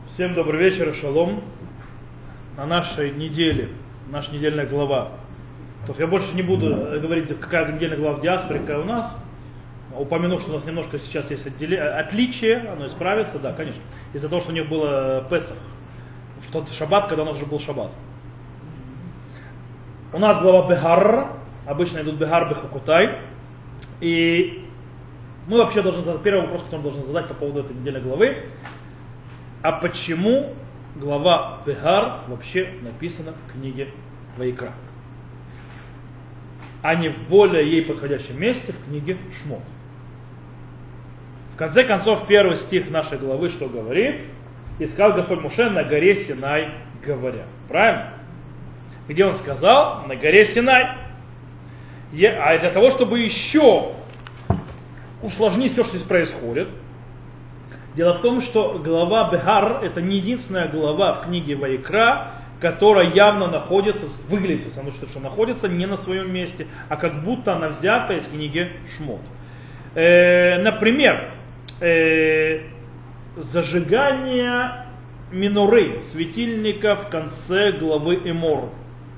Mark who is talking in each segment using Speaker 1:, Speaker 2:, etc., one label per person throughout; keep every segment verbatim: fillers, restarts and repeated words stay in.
Speaker 1: Всем добрый вечер и шалом. На нашей неделе, наша недельная глава. То есть я больше не буду говорить, какая недельная глава в диаспоре, какая у нас. Упомяну, что у нас немножко сейчас есть отделение, отличие, оно исправится, да, конечно. Из-за того, что у них было Песах в тот шаббат, когда у нас уже был шаббат. У нас глава Бехар, обычно идут Бехар, Бехакутай. И мы вообще должны задать, первый вопрос, который мы должны задать по поводу этой недельной главы. А почему глава Бехар вообще написана в книге Ваикра, а не в более ей подходящем месте в книге Шмот? В конце концов, первый стих нашей главы что говорит? И сказал Господь Моше на горе Синай говоря. Правильно? Где он сказал? На горе Синай. А для того, чтобы еще усложнить все, что здесь происходит, дело в том, что глава Бехар это не единственная глава в книге Ваикра, которая явно находится, выглядит, потому что, что находится не на своем месте, а как будто она взята из книги Шмот. Э, например, э, зажигание миноры, светильника в конце главы Эмор,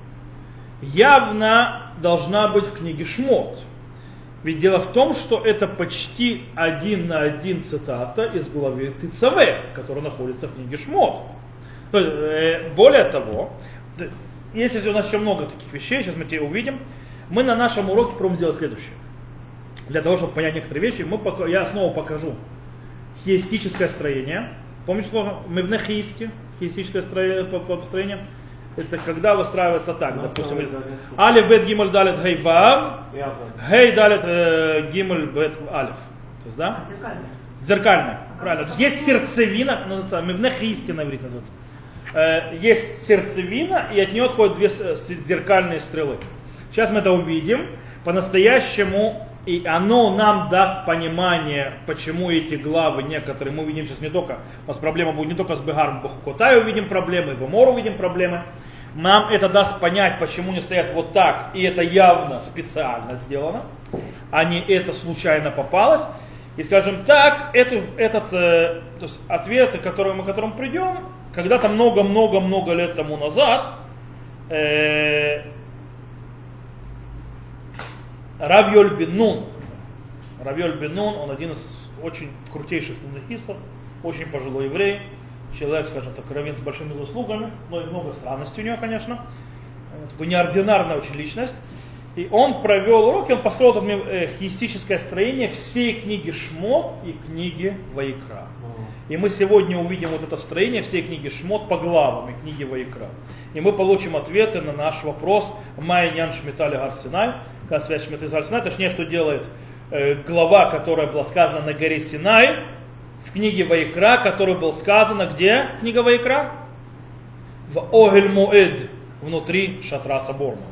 Speaker 1: явно должна быть в книге Шмот. Ведь дело в том, что это почти один на один цитата из главы Тицаве, которая находится в книге Шмот. То есть, э, более того, если у нас еще много таких вещей, сейчас мы тебе увидим, мы на нашем уроке пробуем сделать следующее. Для того, чтобы понять некоторые вещи, мы пока, я снова покажу хиестическое строение. Помните слово? Мы в нехиисте, хиестическое строение, построение. Это когда выстраивается так, no, допустим, алиф, бет, гимель, далет, гей, вав, гей, далет, гимель, бет, алиф. То есть, да? Зеркальное. Зеркальное, правильно. То есть есть сердцевина, называется, мивнехиисти на иврите называется. Есть сердцевина, и от нее отходят две зеркальные стрелы. Сейчас мы это увидим. По-настоящему, и оно нам даст понимание, почему эти главы некоторые, мы увидим сейчас не только, у нас проблема будет не только с Бехар, в Бехакутай увидим проблемы, в Эмор увидим проблемы. Нам это даст понять, почему они стоят вот так, и это явно специально сделано, а не это случайно попалось. И скажем так, это, этот э, то есть ответ, к которому, к которому придем, когда-то много-много-много лет тому назад, э, Рав Йоль бен Нун. Рав Йоль бен Нун, он один из очень крутейших танахистов, очень пожилой еврей, человек, скажем так, раввин с большими заслугами, но и много странностей у него, конечно. Такой неординарная очень личность. И он провел уроки, он построил это хиестическое строение всей книги Шмот и книги Ваикра. И мы сегодня увидим вот это строение всей книги Шмот по главам и книги Ваикра. И мы получим ответы на наш вопрос Майян Шмитали Гар Синай, какая связь Шмиты с Гар Синай, точнее, что делает э, глава, которая была сказана на горе Синай, в книге Ваикра, которая была сказана где книга Ваикра? В Огель Моэд, внутри шатра соборного.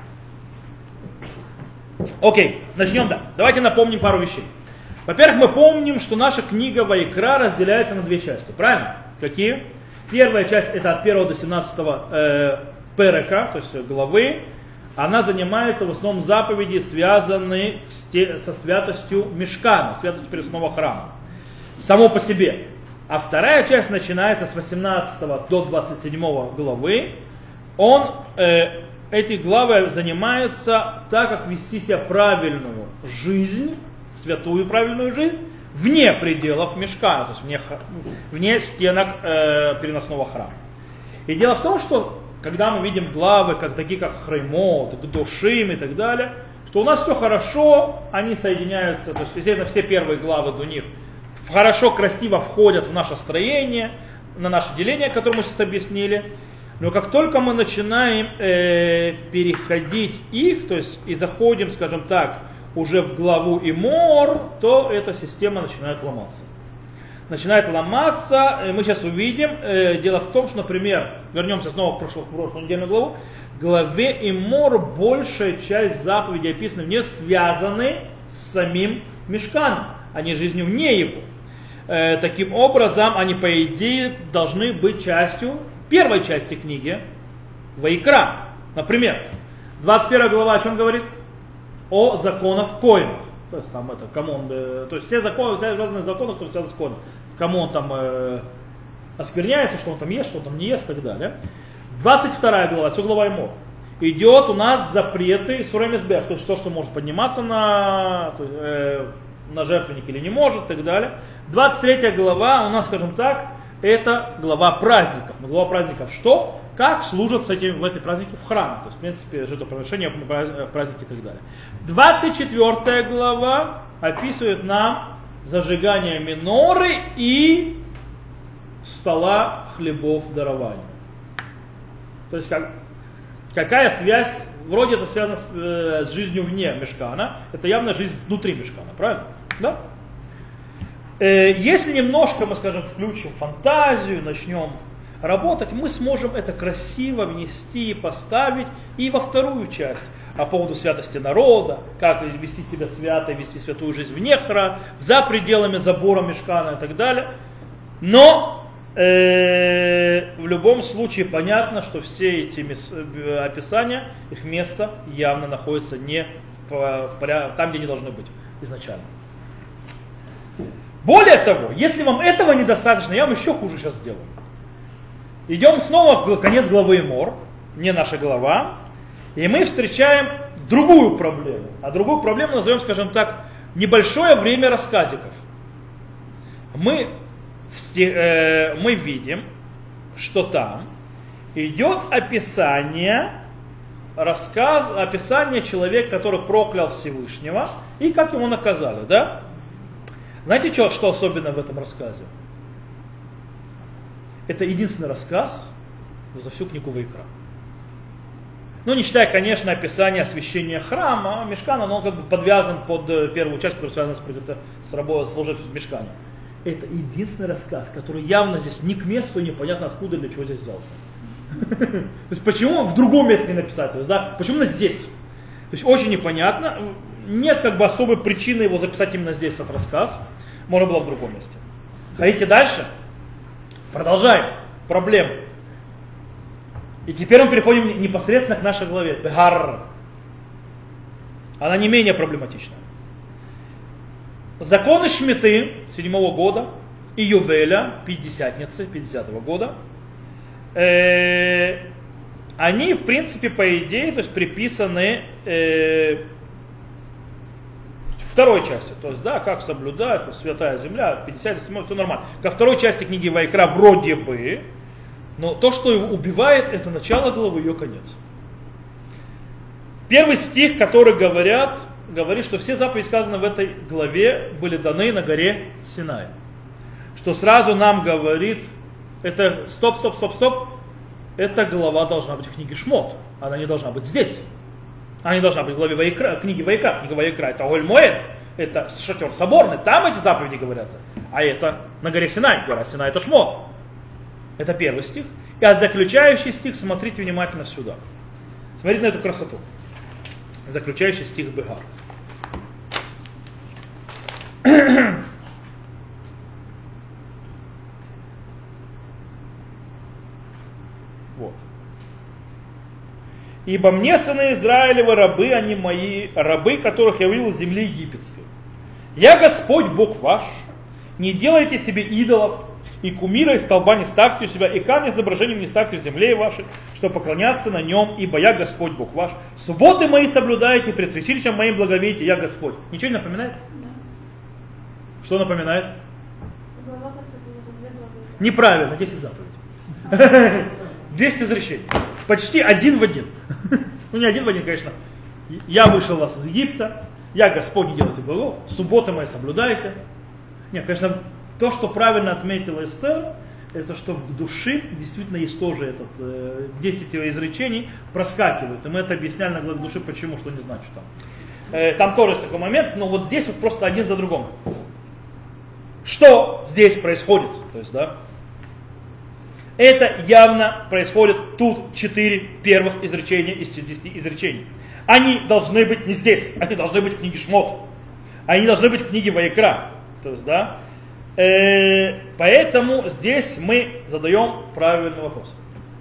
Speaker 1: Окей, начнем, да. Давайте напомним пару вещей. Во-первых, мы помним, что наша книга Ваикра разделяется на две части, правильно? Какие? Первая часть это от первого до семнадцатого э, перека, то есть главы. Она занимается в основном заповеди, связанные со святостью Мишкана, святостью переносного храма. Само по себе. А вторая часть начинается с восемнадцатого до двадцать седьмого главы. Он, э, эти главы занимаются так, как вести себя правильную жизнь, святую правильную жизнь, вне пределов Мишкана, то есть вне, вне стенок э, переносного храма. И дело в том, что когда мы видим главы, как, такие как Хреймот, Гдошим и так далее, что у нас все хорошо, они соединяются, то есть, естественно, все первые главы до них хорошо, красиво входят в наше строение, на наше деление, которое мы сейчас объяснили. Но как только мы начинаем э, переходить их, то есть и заходим, скажем так, уже в главу Эмор, то эта система начинает ломаться. Начинает ломаться, мы сейчас увидим. Дело в том, что, например, вернемся снова в прошлую, в прошлую недельную главу, в главе Эмор большая часть заповедей описаны не связаны с самим Мишканом, они жизнью вне его. Таким образом, они, по идее, должны быть частью первой части книги Ваикра. Например, двадцать первая глава о чем говорит? О законах коинах. То есть там это, кому он, то есть все законы, все разные законы, которые связаны с коином. Кому он там э, оскверняется, что он там ест, что он там не ест и так далее. двадцать вторая глава, все глава Эмор. Идет у нас запреты Сурей Мизбех, то есть то, что может подниматься на, то есть, э, на жертвенник или не может и так далее. двадцать третья глава у нас, скажем так, это глава праздников. Но глава праздников что? Как служат с этим, в эти праздники в храме. То есть, в принципе, жертвоприношения в праздники и так далее. двадцать четвёртая глава описывает нам зажигание миноры и стола хлебов дарования. То есть, как, какая связь, вроде это связано с, э, с жизнью вне мешкана, это явно жизнь внутри мешкана, правильно? Да? Э, если немножко, мы скажем, включим фантазию, начнем работать, мы сможем это красиво внести и поставить и во вторую часть. По поводу святости народа, как вести себя свято, вести святую жизнь вне храма, за пределами забора мешкана и так далее. Но э, в любом случае понятно, что все эти описания, их место явно находится не в, в, там, где они должны быть изначально. Более того, если вам этого недостаточно, я вам еще хуже сейчас сделаю. Идем снова в конец главы Эмор, не наша глава, и мы встречаем другую проблему. А другую проблему назовем, скажем так, небольшое время рассказиков. Мы, э, мы видим, что там идет описание, рассказ, описание человека, который проклял Всевышнего, и как его наказали, да? Знаете, что, что особенно в этом рассказе? Это единственный рассказ за всю книгу Ваикра. Ну, не считая, конечно, описания освящения храма, мешкана, но он как бы подвязан под первую часть, которая связана с, с работой, служением в мешкане. Это единственный рассказ, который явно здесь не к месту, и непонятно откуда, для чего здесь взялся. То есть, почему в другом месте не написать, то есть, да, почему именно здесь? То есть, очень непонятно. Нет как бы особой причины его записать именно здесь, этот рассказ. Можно было в другом месте. Хотите дальше? Продолжаем. Проблемы. И теперь мы переходим непосредственно к нашей главе. Бегар. Она не менее проблематична. Законы Шмиты седьмого года и Ювеля, пятидесятницы, пятидесятого года, э, они, в принципе, по идее, то есть приписаны э, второй части, то есть, да, как соблюдать, то есть, святая земля, пятьдесят седьмой, все нормально. Ко второй части книги Ваикра вроде бы, но то, что его убивает, это начало главы, ее конец. Первый стих, который говорят, говорит, что все заповеди, сказанные в этой главе, были даны на горе Синай. Что сразу нам говорит, это стоп, стоп, стоп, стоп, эта глава должна быть в книге Шмот, она не должна быть здесь. Она не должна быть в главе Ваикра, книги Ваикра. Книга Ваикра это Оль Моэд, это шатер соборный, там эти заповеди говорятся. А это на горе Синай, гора Синай это Шмот. Это первый стих. И а заключающий стих, смотрите внимательно сюда. Смотрите на эту красоту. Заключающий стих Бегар. Вот. Ибо мне, сыны Израилевы, рабы, они мои, рабы, которых я вывел из земли египетской. Я Господь Бог ваш, не делайте себе идолов, и кумира, и столба не ставьте у себя, и камня с изображением не ставьте в земле вашей, чтобы поклоняться на нем, ибо я Господь Бог ваш. Субботы мои соблюдайте, пред святилищем моим благовейте, я Господь. Ничего не напоминает? Да. Что напоминает? Неправильно, десять заповедей. десять изречений. Почти один в один. Ну не один в один, конечно. Я вышел вас из Египта, я Господь, не делайте богов, субботы мои соблюдайте. Нет, конечно, то, что правильно отметила Эстер, это что в душе действительно есть тоже этот э, десять изречений проскакивают. И мы это объясняли на главе души, почему, что не значит там. Э, там тоже есть такой момент, но вот здесь вот просто один за другим. Что здесь происходит? То есть, да, это явно происходит тут четыре первых изречения из десяти изречений. Они должны быть не здесь, они должны быть в книге Шмот. Они должны быть в книге Ваикра. То есть, да, э, поэтому здесь мы задаем правильный вопрос.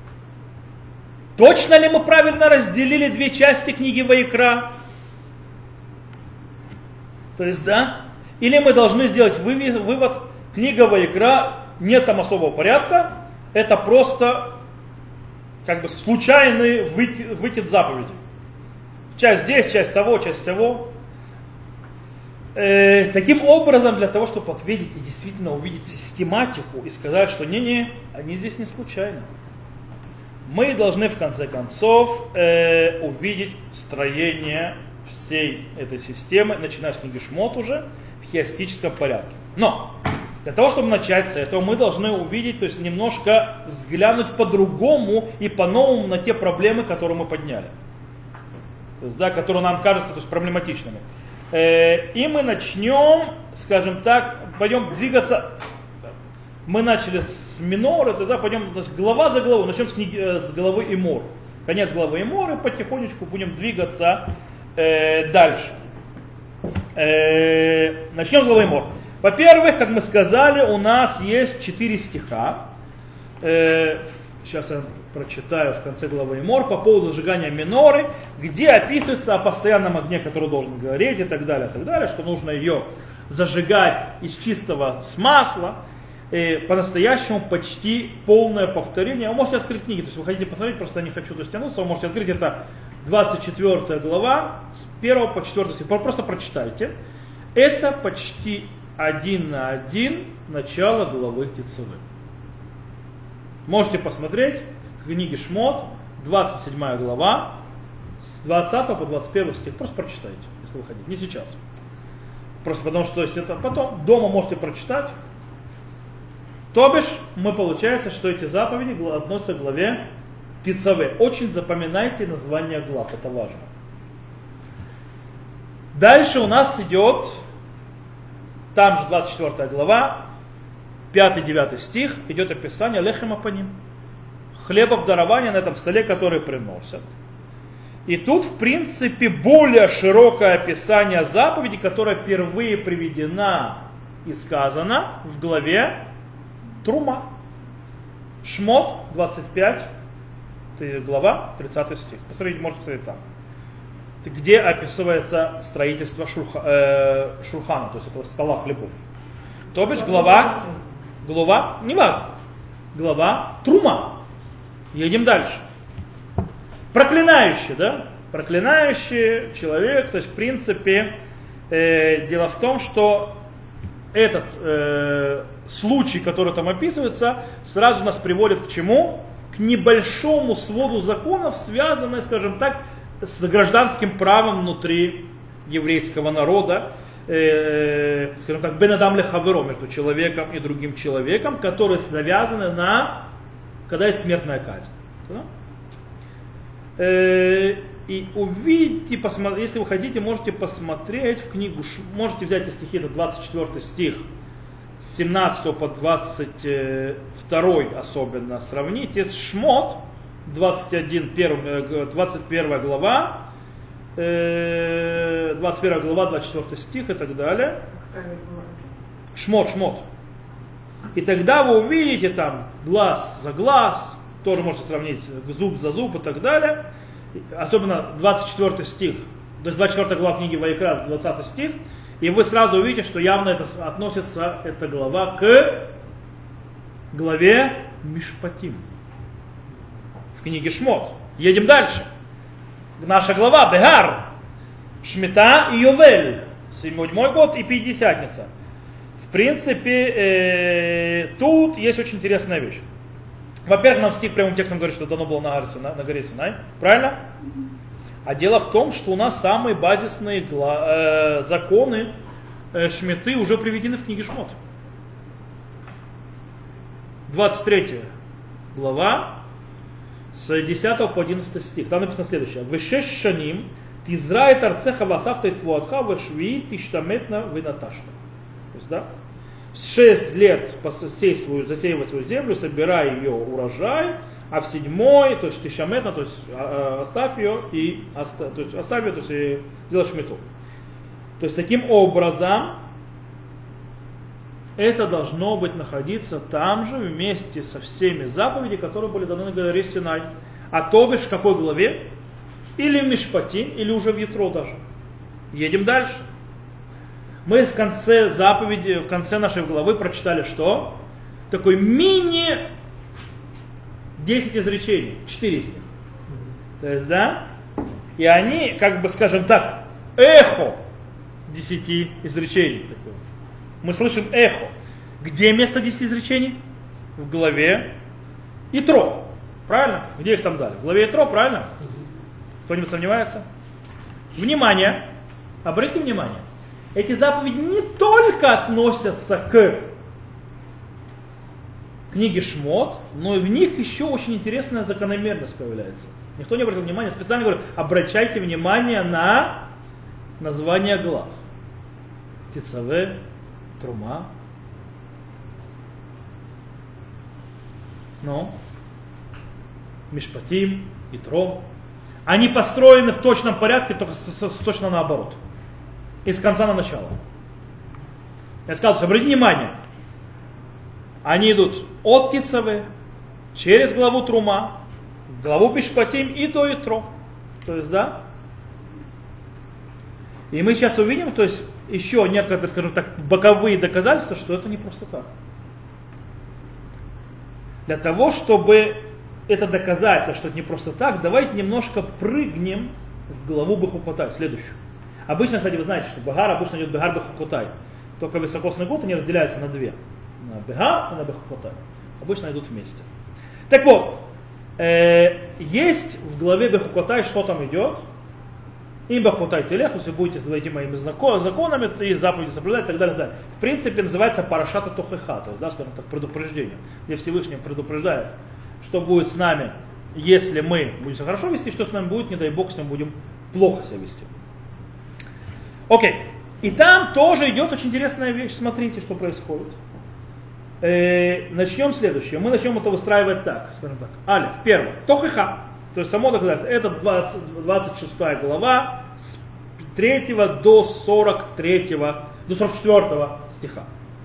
Speaker 1: Точно ли мы правильно разделили две части книги Ваикра? То есть, да, или мы должны сделать вывод, книга Ваикра нет там особого порядка, это просто как бы случайный выкид, выкид заповедей. Часть здесь, часть того, часть того. Э, таким образом, для того, чтобы ответить и действительно увидеть систематику и сказать, что не-не, они здесь не случайны. Мы должны в конце концов э, увидеть строение всей этой системы, начиная с книги Шмот уже, в хиастическом порядке. Но для того, чтобы начать с этого, мы должны увидеть, то есть немножко взглянуть по-другому и по-новому на те проблемы, которые мы подняли. То есть, да, которые нам кажутся то есть, проблематичными. И мы начнем, скажем так, пойдем двигаться. Мы начали с минора, тогда пойдем значит, глава за главой. Начнем с, книги, с главы Эмор. Конец главы Эмор, и потихонечку будем двигаться э, дальше. Э, начнем с главы Эмор. Во-первых, как мы сказали, у нас есть четыре стиха. Э, сейчас я прочитаю в конце главы Эмор по поводу сжигания миноры, где описывается о постоянном огне, который должен гореть и так далее, и так далее, что нужно ее зажигать из чистого с масла. Э, по-настоящему почти полное повторение. Вы можете открыть книги, то есть вы хотите посмотреть, просто я не хочу тянуться, вы можете открыть, это двадцать четвёртая глава, с первого по четвёртый стих, просто прочитайте. Это почти один на один начало главы Тецавы. Можете посмотреть в книге Шмот, двадцать седьмая глава, с двадцатого по двадцать первый стих. Просто прочитайте, если вы хотите. Не сейчас. Просто потому что если это потом дома можете прочитать. То бишь, мы получается, что эти заповеди относятся к главе Тецавы. Очень запоминайте название глав, это важно. Дальше у нас идет, там же двадцать четвёртая глава, пятый-девятый стих, идет описание лехем апаним. Хлебов дарования на этом столе, которые приносят. И тут, в принципе, более широкое описание заповеди, которая впервые приведена и сказана в главе Трума. Шмот двадцать пять, глава, тридцатый стих. Посмотрите, можете посмотреть там. Где описывается строительство шурха, э, шурхана, то есть этого стола хлебов. То бишь глава, глава, не важно, глава Трума. Едем дальше. Проклинающий, да? Проклинающий человек, то есть в принципе э, дело в том, что этот э, случай, который там описывается, сразу нас приводит к чему? К небольшому своду законов, связанным, скажем так, с гражданским правом внутри еврейского народа, э, скажем так, бен адам лехаверо, между человеком и другим человеком, которые завязаны на, когда есть смертная казнь. Да? Э, и увидите, посмотри, если вы хотите, можете посмотреть в книгу, можете взять эти стихи, это двадцать четвёртый стих, с семнадцатого по двадцать второй особенно сравните с Шмот, двадцать один, двадцать первая глава, двадцать первая глава, двадцать четвёртый стих и так далее. Шмот, шмот. И тогда вы увидите там глаз за глаз, тоже можете сравнить зуб за зуб и так далее. Особенно двадцать четвёртый стих, то есть двадцать четвёртая глава книги Ваикра, двадцатый стих. И вы сразу увидите, что явно это относится, эта глава, к главе Мишпатим. В книге Шмот. Едем дальше. Наша глава Бегар, Шмита и Йовель. Седьмой год и Пятидесятница. В принципе, э, тут есть очень интересная вещь. Во-первых, нам стих прямым текстом говорит, что дано было на горе Синай. На горе Синай. Правильно? А дело в том, что у нас самые базисные гла- э, законы э, Шмиты уже приведены в книге Шмот. двадцать третья глава, с десятого по одиннадцатый стих. Там написано следующее. «Вешеш шаним тизрает арцеха васавта и твуатха вешви тиштаметна винаташта». То есть, да? Шесть лет посей свою, засеивай свою землю, собирай ее урожай, а в седьмой, то есть тишаметна, то есть оставь ее и оставь, то есть оставь ее, то есть и сделай шмиту. То есть таким образом это должно быть находиться там же вместе со всеми заповедями, которые были даны на горе Синай. А то бишь в какой главе? Или в Мишпатим, или уже в Ятро даже. Едем дальше. Мы в конце заповеди, в конце нашей главы прочитали что? такой мини десять изречений, четыре из них. То есть, да, и они, как бы, скажем так, эхо десяти изречений. Мы слышим эхо. Где место десяти изречений? В главе Итро. Правильно? Где их там дали? В главе Итро, правильно? Кто-нибудь сомневается? Внимание! Обратите внимание. Эти заповеди не только относятся к книге Шмот, но и в них еще очень интересная закономерность появляется. Никто не обратил внимания, специально говорю, обращайте внимание на название глав. Тецаве, Трума. Ну, Мишпатим, Итро. Они построены в точном порядке, только с, с, с, точно наоборот. Из конца на начало. Я сказал, что обратите внимание. Они идут от Тецаве, через главу Трума, главу Мишпатим и до Итро. То есть, да. И мы сейчас увидим, то есть, еще некоторые, скажем так, боковые доказательства, что это не просто так. Для того, чтобы это доказать, что это не просто так, давайте немножко прыгнем в главу Бехукотай, следующую. Обычно, кстати, вы знаете, что Бегар обычно идет Бегар Бехукотай. Только високосный год они разделяются на две. На Бегар и на Бехукотай. Обычно идут вместе. Так вот, э, есть в главе Бехукотай, что там идет. Им Бехукотай Телех, если будете этими моими законами и заповеди соблюдать, и так далее, и так далее. В принципе, называется Парашата Тохеха, то есть, да, скажем так, предупреждение, где Всевышний предупреждает, что будет с нами, если мы будем себя хорошо вести, что с нами будет, не дай Бог, с нами будем плохо себя вести. Окей. И там тоже идет очень интересная вещь. Смотрите, что происходит. Э, начнем следующее. Мы начнем это выстраивать так, скажем так. Алиф, первое. Тохеха. То есть само доказательство. Это двадцать шестая глава с третьего до сорок третьего, до сорок четвёртого стиха.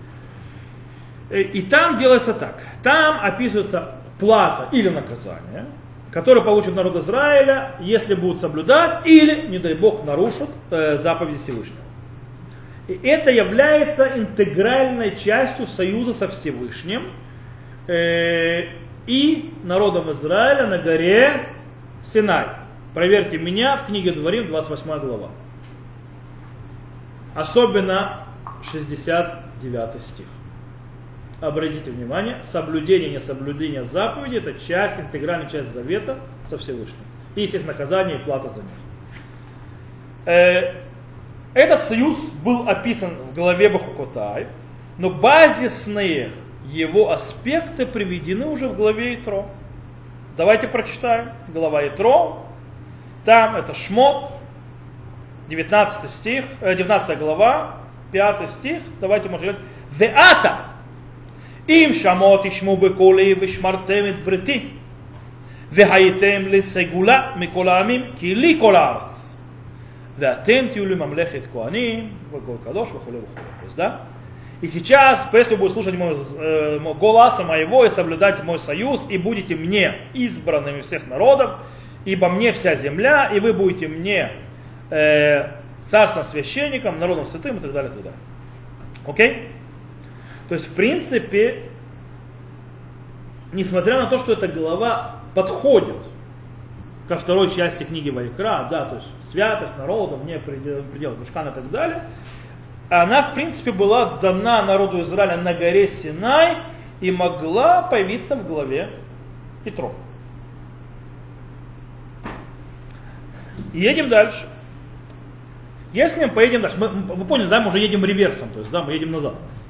Speaker 1: И там делается так. Там описывается плата или наказание, которое получит народ Израиля, если будут соблюдать или, не дай Бог, нарушат э, заповеди Всевышнего. И это является интегральной частью союза со Всевышним э, и народом Израиля на горе Синай. Проверьте меня в книге Дворим, двадцать восьмая глава. Особенно шестьдесят девятый стих. Обратите внимание, соблюдение, несоблюдение заповеди — это часть, интегральная часть завета со Всевышним. И, естественно, наказание и плата за них. Этот союз был описан в главе Бехукотай, но базисные его аспекты приведены уже в главе Итро. Давайте прочитаем. Глава Итро. Там это Шмот, девятнадцатый стих, девятнадцатая глава, пятый стих. Давайте, может быть, «Веата им шамот ишму беколи вишмартем эт брити, вехаитем лесегула микол העמים כי לי כל הארץ, ואתם תהיו לי ממלכת כהנים וגוי קדוש וכו' וכו'». Да? И сейчас, если вы будете слушать мой, э, мой голос моего и соблюдать мой союз, и будете мне избранными всех народов, ибо мне вся земля, и вы будете мне э, царством, священником, народом святым и так далее, и так далее. Окей? То есть, в принципе, несмотря на то, что эта глава подходит ко второй части книги Вайкра, да, то есть святость народа, вне пределов Мишкана и так далее, она, в принципе, была дана народу Израиля на горе Синай и могла появиться в главе Итро. Едем дальше. Если мы поедем дальше, мы, вы поняли, да, мы уже едем реверсом, то есть, да, мы едем назад.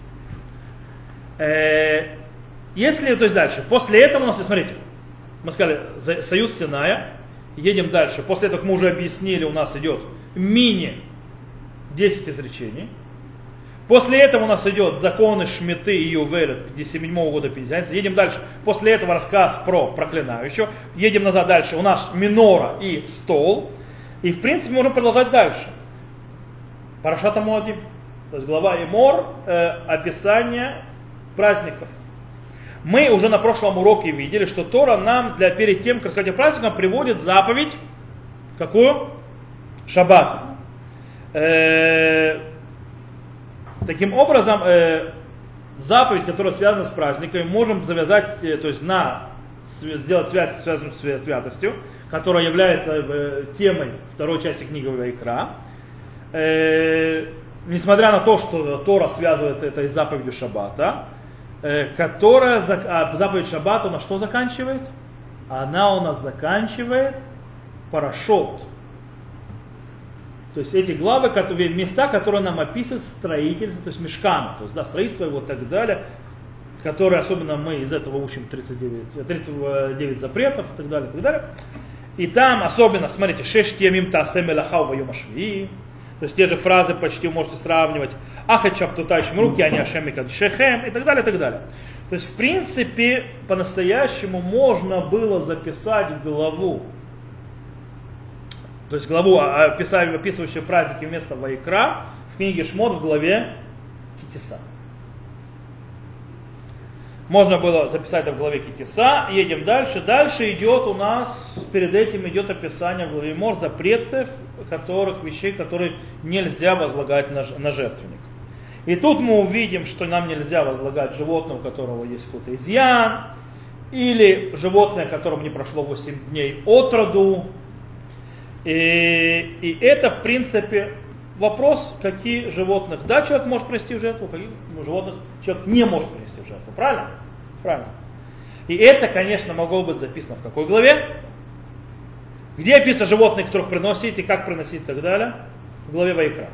Speaker 1: Э, если, то есть дальше, после этого у нас, смотрите, мы сказали, союз Синая, едем дальше, после этого, как мы уже объяснили, у нас идет мини десять изречений. После этого у нас идет законы Шмиты и Ювеля седьмого года Пятидесятницы. Едем дальше. После этого рассказ про проклинающего. Едем назад дальше. У нас минора и стол. И в принципе можем продолжать дальше. Парашат Муадим. То есть глава Эмор, э, описание праздников. Мы уже на прошлом уроке видели, что Тора нам для, перед тем, как сказать о праздниках, приводит заповедь. Какую? Шаббата. Э, Таким образом, э, заповедь, которая связана с праздниками, можем завязать, то есть на, сделать связь, связанную с святостью, которая является темой второй части книги Ваикра. Э, несмотря на то, что Тора связывает это с заповедью Шаббата, э, которая, а заповедь Шаббата на что заканчивает? Она у нас заканчивает парашот. То есть эти главы, которые, места, которые нам описывают строительство, то есть мишкана, то есть да, строительство его и так далее, которые особенно мы из этого учим тридцать девять, тридцать девять запретов и так далее, и так далее. И там особенно, смотрите, шеш тиямим таасе мелаха вайом ашви, то есть те же фразы почти вы можете сравнивать, ахат шаптутайшим руки, они ашем и кадшехем, и так далее, и так далее. То есть в принципе по-настоящему можно было записать главу, то есть главу, описывающую праздники вместо Ваикра, в книге Шмот в главе Китиса. Можно было записать это в главе Китиса. Едем дальше. Дальше идет у нас, перед этим идет описание в главе Мор запретов, которых, вещей, которые нельзя возлагать на, на жертвенник. И тут мы увидим, что нам нельзя возлагать животное, у которого есть какой-то изъян, или животное, которому не прошло восемь дней от роду. И, и это, в принципе, вопрос, какие животных, да, человек может принести в жертву, каких животных человек не может принести в жертву. Правильно? Правильно. И это, конечно, могло быть записано в какой главе? Где описано животные, которых приносите, как приносить и так далее? В главе Ваикра.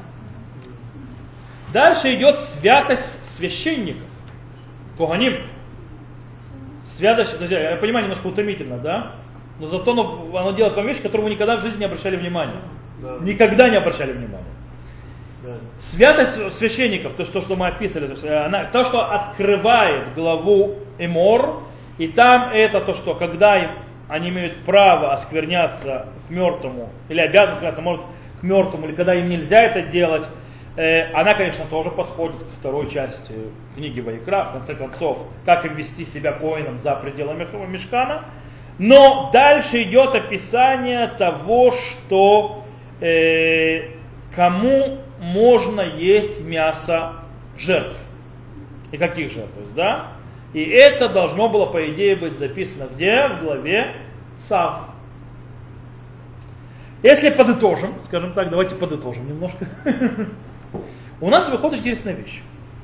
Speaker 1: Дальше идет святость священников. Коганим. Святость, друзья, я понимаю, немножко утомительно, да? Но зато оно, оно делает вам вещь, которую вы никогда в жизни не обращали внимания. Да. Никогда не обращали внимания. Да. Святость священников, то, что, что мы описали, то, что, она, то, что открывает главу Эмор, и там это то, что когда им, они имеют право оскверняться к мертвому, или обязаны оскверняться, может, к мертвому, или когда им нельзя это делать, э, она, конечно, тоже подходит к второй части книги Ваикра, в конце концов, как им вести себя коэном за пределами мишкана. Но дальше идет описание того, что э, кому можно есть мясо жертв. И каких жертв, да? И это должно было, по идее, быть записано где? В главе Цав. Если подытожим, скажем так, давайте подытожим немножко. У нас выходит интересная вещь.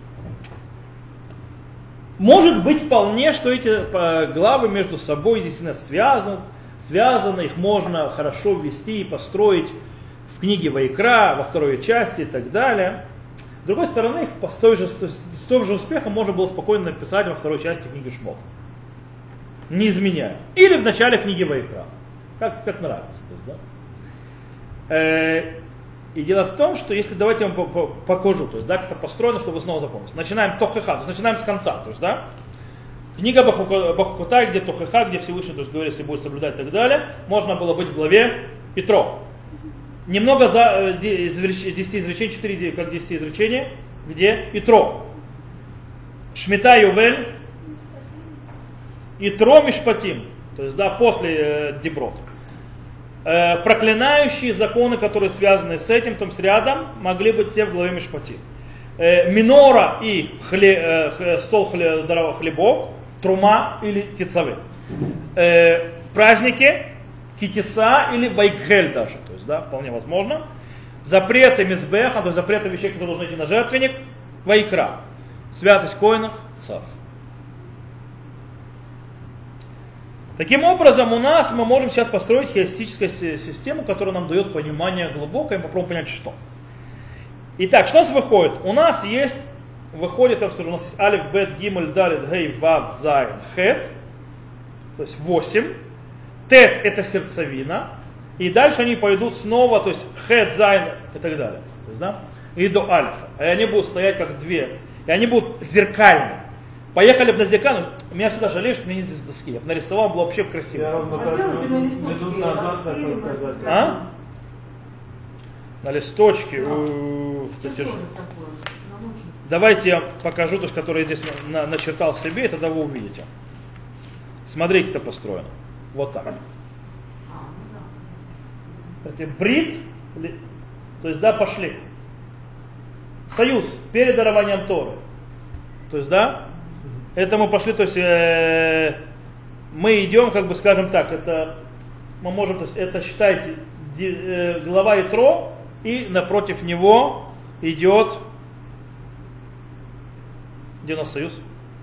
Speaker 1: Может быть вполне, что эти главы между собой действительно связаны, связаны, их можно хорошо ввести и построить в книге Ваикра, во второй части и так далее. С другой стороны, их с той же, с той же успехом можно было спокойно написать во второй части книги Шмот, не изменяя. Или в начале книги Ваикра, как, как нравится. То есть, да? э, И дело в том, что если давайте я вам покажу, то есть, да, как это построено, чтобы вы снова запомнили. Начинаем Тохеха, то есть начинаем с конца, то есть, да. Книга Бахукотай, где Тохеха, где Всевышний, то есть, говорит, если будет соблюдать и так далее, можно было быть в главе Петро. Немного за десять изречений, четыре как десять изречений, где Петро. Шмита Ювель, Итро Мишпатим, то есть, да, после э, Деброт. Проклинающие законы, которые связаны с этим, то есть рядом, могли быть все в главе Мишпатим. Минора и хле, стол хле, хлебов, трума или тицавы. Праздники, китиса или вайкхель даже, то есть, да, вполне возможно. Запреты мизбеха, то есть запреты вещей, которые должны идти на жертвенник, вайкра. Святость коинов, цав. Таким образом, у нас мы можем сейчас построить хиастическую систему, которая нам дает понимание глубокое, и попробуем понять, что. Итак, что у нас выходит? У нас есть, выходит, я вам скажу, у нас есть алиф, бет, гимель, далит, гей, вав, зайн, хет, то есть восемь. Тет это сердцевина, и дальше они пойдут снова, то есть хет, зайн и так далее. То есть, да? И до альфа. И они будут стоять как две, и они будут зеркальные. Поехали бы на зеркаль, меня всегда жалеют, что у меня нет здесь доски. Я бы нарисовал, было вообще красиво. Я ровно минут назад такое сказать. А? На листочке. Давайте я покажу то, которое я здесь на, на, начертал себе, и тогда вы увидите. Смотрите, это построено. Вот так. Кстати, брит, то есть, да, пошли. Союз перед дарованием Торы. То есть, да, это мы пошли, то есть, э, мы идем, как бы, скажем так, это, мы можем, то есть, это считайте, ди, э, глава Итро, и напротив него идет, где у нас союз?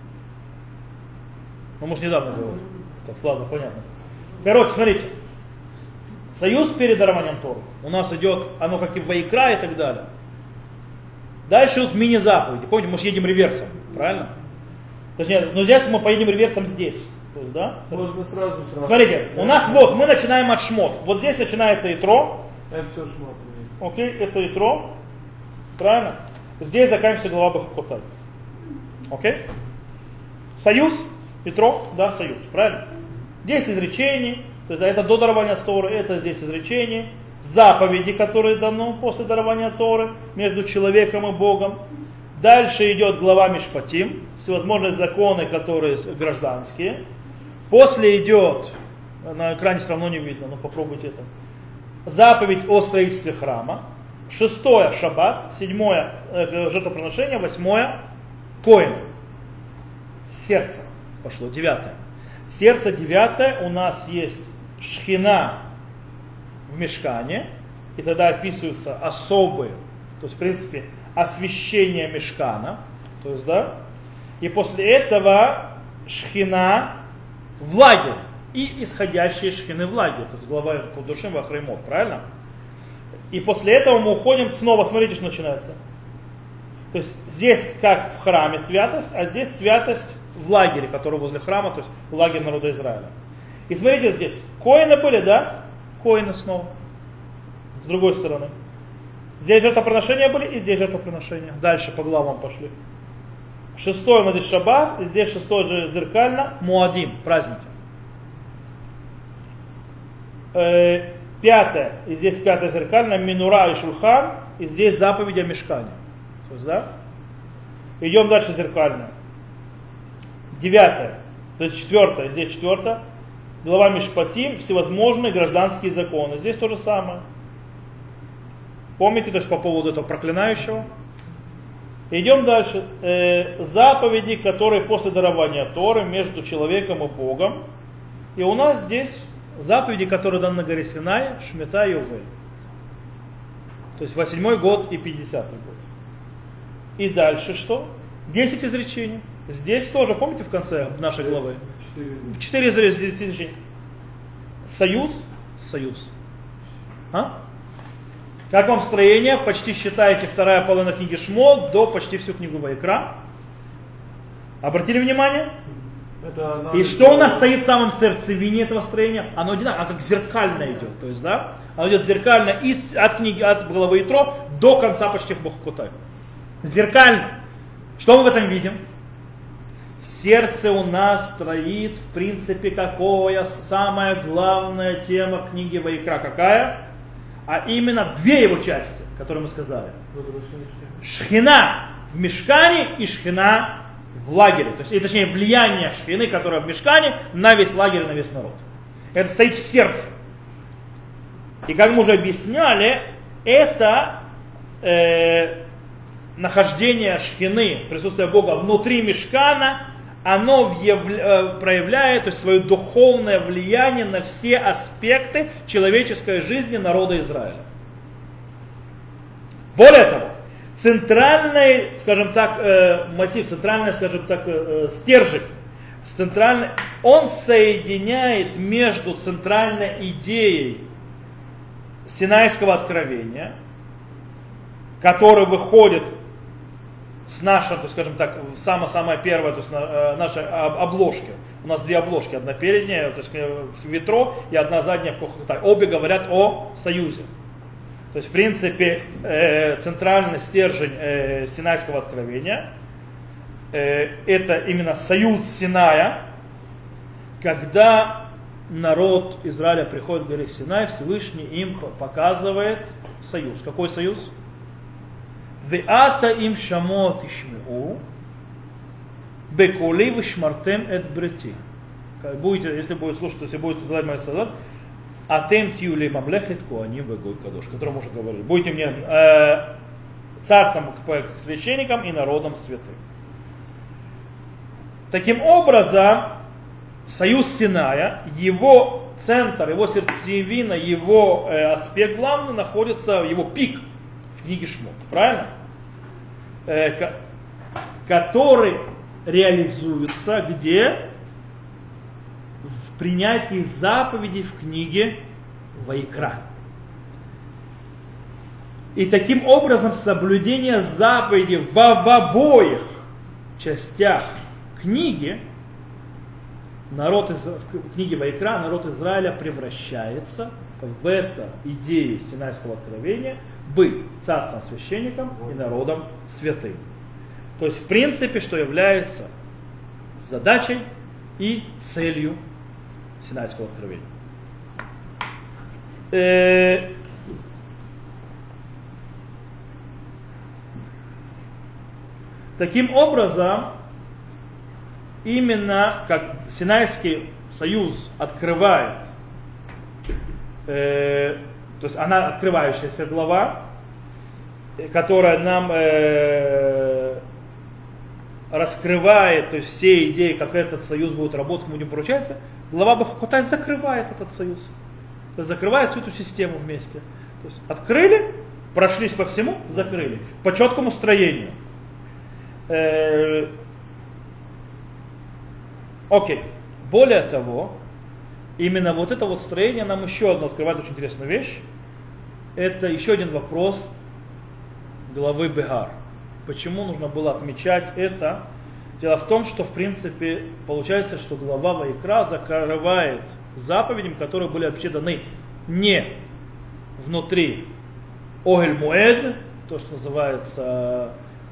Speaker 1: Ну, может, недавно говорили. Так, ладно, понятно. Короче, смотрите. Союз перед дарованием Торы. У нас идет, оно как и в Ваикра и так далее. Дальше идут мини-заповеди. Помните, мы же едем реверсом, правильно? Точнее, но здесь мы поедем реверсом здесь. То есть, да?
Speaker 2: Можно сразу сразу.
Speaker 1: Смотрите, у нас вот, мы начинаем от Шмот. Вот здесь начинается Итро.
Speaker 2: Это все Шмот.
Speaker 1: Окей, это Итро. Правильно? Здесь заканчивается глава Бахукотай. Окей? Союз, Итро, да, союз. Правильно? Здесь изречений. То есть это до дарования Торы, это здесь изречение, заповеди, которые дано после дарования Торы между человеком и Богом. Дальше идет глава Мишпатим, всевозможные законы, которые гражданские. После идет, на экране все равно не видно, но попробуйте это, заповедь о строительстве храма. Шестое шаббат, седьмое э, жертвоприношение, восьмое коэн. Сердце пошло, девятое. Сердце девятое, у нас есть шхина в мешкане, и тогда описываются особые, то есть в принципе освящение мешкана, то есть, да, и после этого шхина в лагерь и исходящие шхины в лагерь, то есть глава Кудушим Вахреймот, правильно? И после этого мы уходим снова, смотрите, что начинается. То есть здесь как в храме святость, а здесь святость в лагере, который возле храма, то есть лагерь народа Израиля. И смотрите здесь, коины были, да? Коины снова. С другой стороны. Здесь жертвоприношения были, и здесь жертвоприношения. Дальше по главам пошли. Шестой у нас здесь шаббат, и здесь шестой же зеркально, муадим, праздники. Э, пятое, и здесь пятое зеркально, минура и шульхан, и здесь заповеди о мешкане. То есть, да? Идем дальше зеркально. Девятое, то есть четвертое, здесь четвертое, глава Мишпатим, всевозможные гражданские законы. Здесь то же самое. Помните, то есть по поводу этого проклинающего? Идем дальше. Э, заповеди, которые после дарования Торы между человеком и Богом. И у нас здесь заповеди, которые даны на горе Синай, Шмита и Увель. То есть восьмой год и пятидесятый год. И дальше что? Десять изречений. Здесь тоже, помните в конце нашей главы? Четыре изречения. Союз, союз. А? Как вам строение? Почти считаете вторая половина книги Шмот до почти всю книгу Ваикра. Обратили внимание? Это и что у нас стоит в самом сердцевине этого строения? Оно одинаково, оно как зеркально идет. То есть, да? Оно идет зеркально из, от книги, от главы Итро до конца почти Бахукотай. Зеркально. Что мы в этом видим? В сердце у нас стоит, в принципе, какая самая главная тема книги Ваикра. Какая? А именно две его части, которые мы сказали. Шхина в мешкане и шхина в лагере. То есть, и, точнее, влияние шхины, которое в мешкане, на весь лагерь, на весь народ. Это стоит в сердце. И как мы уже объясняли, это э, нахождение шхины, присутствие Бога внутри мешкана, оно въявля, проявляет, то есть, свое духовное влияние на все аспекты человеческой жизни народа Израиля. Более того, центральный, скажем так, э, мотив, центральный, скажем так, э, стержень, центральный, он соединяет между центральной идеей Синайского откровения, который выходит с нашей, то, скажем так, самая-самая первая, то есть на, нашей обложки. У нас две обложки, одна передняя, то есть в Итро, и одна задняя в Кохотай. Обе говорят о союзе. То есть, в принципе, э, центральный стержень э, Синайского откровения э, это именно союз Синая, когда народ Израиля приходит к горе Синай, Всевышний им показывает союз. Какой союз? Веата им шамот ишмеу, беколи вишмартем эт брити. Будете, если будет слушать, то если будете задать мои солдат, атем тиюли мамлехет коаним вегой кадош, о котором мы уже говорили. Будете мне э, царством к, к священникам и народом святым. Таким образом, союз Синая, его центр, его сердцевина, его э, аспект главный находится, его пик в книге Шмот. Правильно? Э, ко- который реализуется где? В принятии заповедей в книге Ваикра. И таким образом соблюдение заповедей в, в обоих частях книги, народ из, в книге Ваикра, народ Израиля превращается в эту идею Синайского откровения быть царством священником и народом святым. То есть в принципе, что является задачей и целью Синайского откровения. Э- Таким образом, именно как Синайский союз открывает, э, то есть она открывающаяся глава, которая нам э, раскрывает, то есть все идеи, как этот союз будет работать, ему не поручается, глава Бахукотай закрывает этот союз. То есть закрывает всю эту систему вместе. То есть открыли, прошлись по всему, закрыли. По четкому строению. Э, окей. Более того, именно вот это вот строение нам еще одно открывает очень интересную вещь. Это еще один вопрос главы Бегар. Почему нужно было отмечать это? Дело в том, что в принципе получается, что глава Ваикра закрывает заповедям, которые были вообще даны не внутри Огель Муэд, то, что называется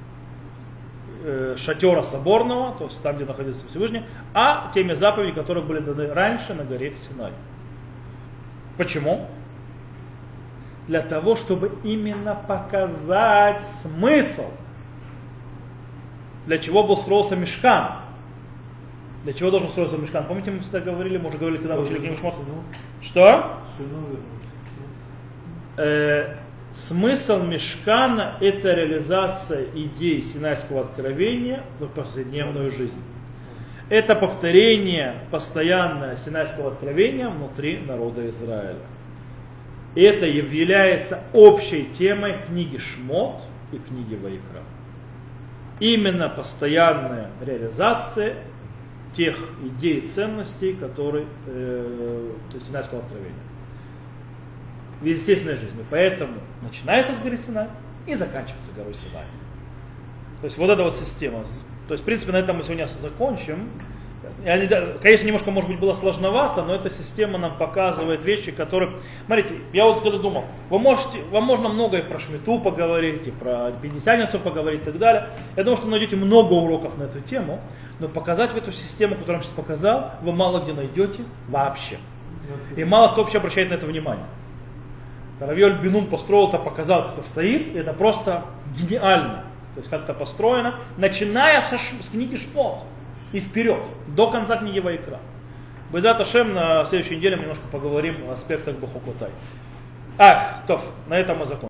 Speaker 1: э, шатера соборного, то есть там, где находится Всевышний, а теми заповедями, которые были даны раньше на горе Синай. Почему? Для того, чтобы именно показать смысл, для чего был строился мишкан. Для чего должен строиться мишкан? Помните, мы всегда говорили, мы уже говорили, когда мы учили книгу Шмот. Что? Э, смысл мишкана – это реализация идей Синайского откровения в повседневную жизнь. Это повторение постоянное Синайского откровения внутри народа Израиля. Это является общей темой книги Шмот и книги Ваикра. Именно постоянная реализация тех идей и ценностей, которые, э, то есть Синайского откровения в естественной жизни. Поэтому начинается с горы Синай и заканчивается горой Синай. То есть вот эта вот система. То есть в принципе на этом мы сегодня закончим. Конечно, немножко, может быть, было сложновато, но эта система нам показывает вещи, которые... Смотрите, я вот когда думал, вы можете, вам можно многое про Шмиту поговорить, и про Пятидесятницу поговорить и так далее. Я думаю, что вы найдете много уроков на эту тему, но показать в эту систему, которую я сейчас показал, вы мало где найдете вообще. И мало кто вообще обращает на это внимание. Рави Аль-Бинун построил это, показал, как это стоит, и это просто гениально. То есть как это построено, начиная со, с книги Шмот и вперед, до конца книги Ваикра. Бейзат Ашем, на следующей неделе мы немножко поговорим о аспектах Бахукотай. А, то, на этом мы закончим.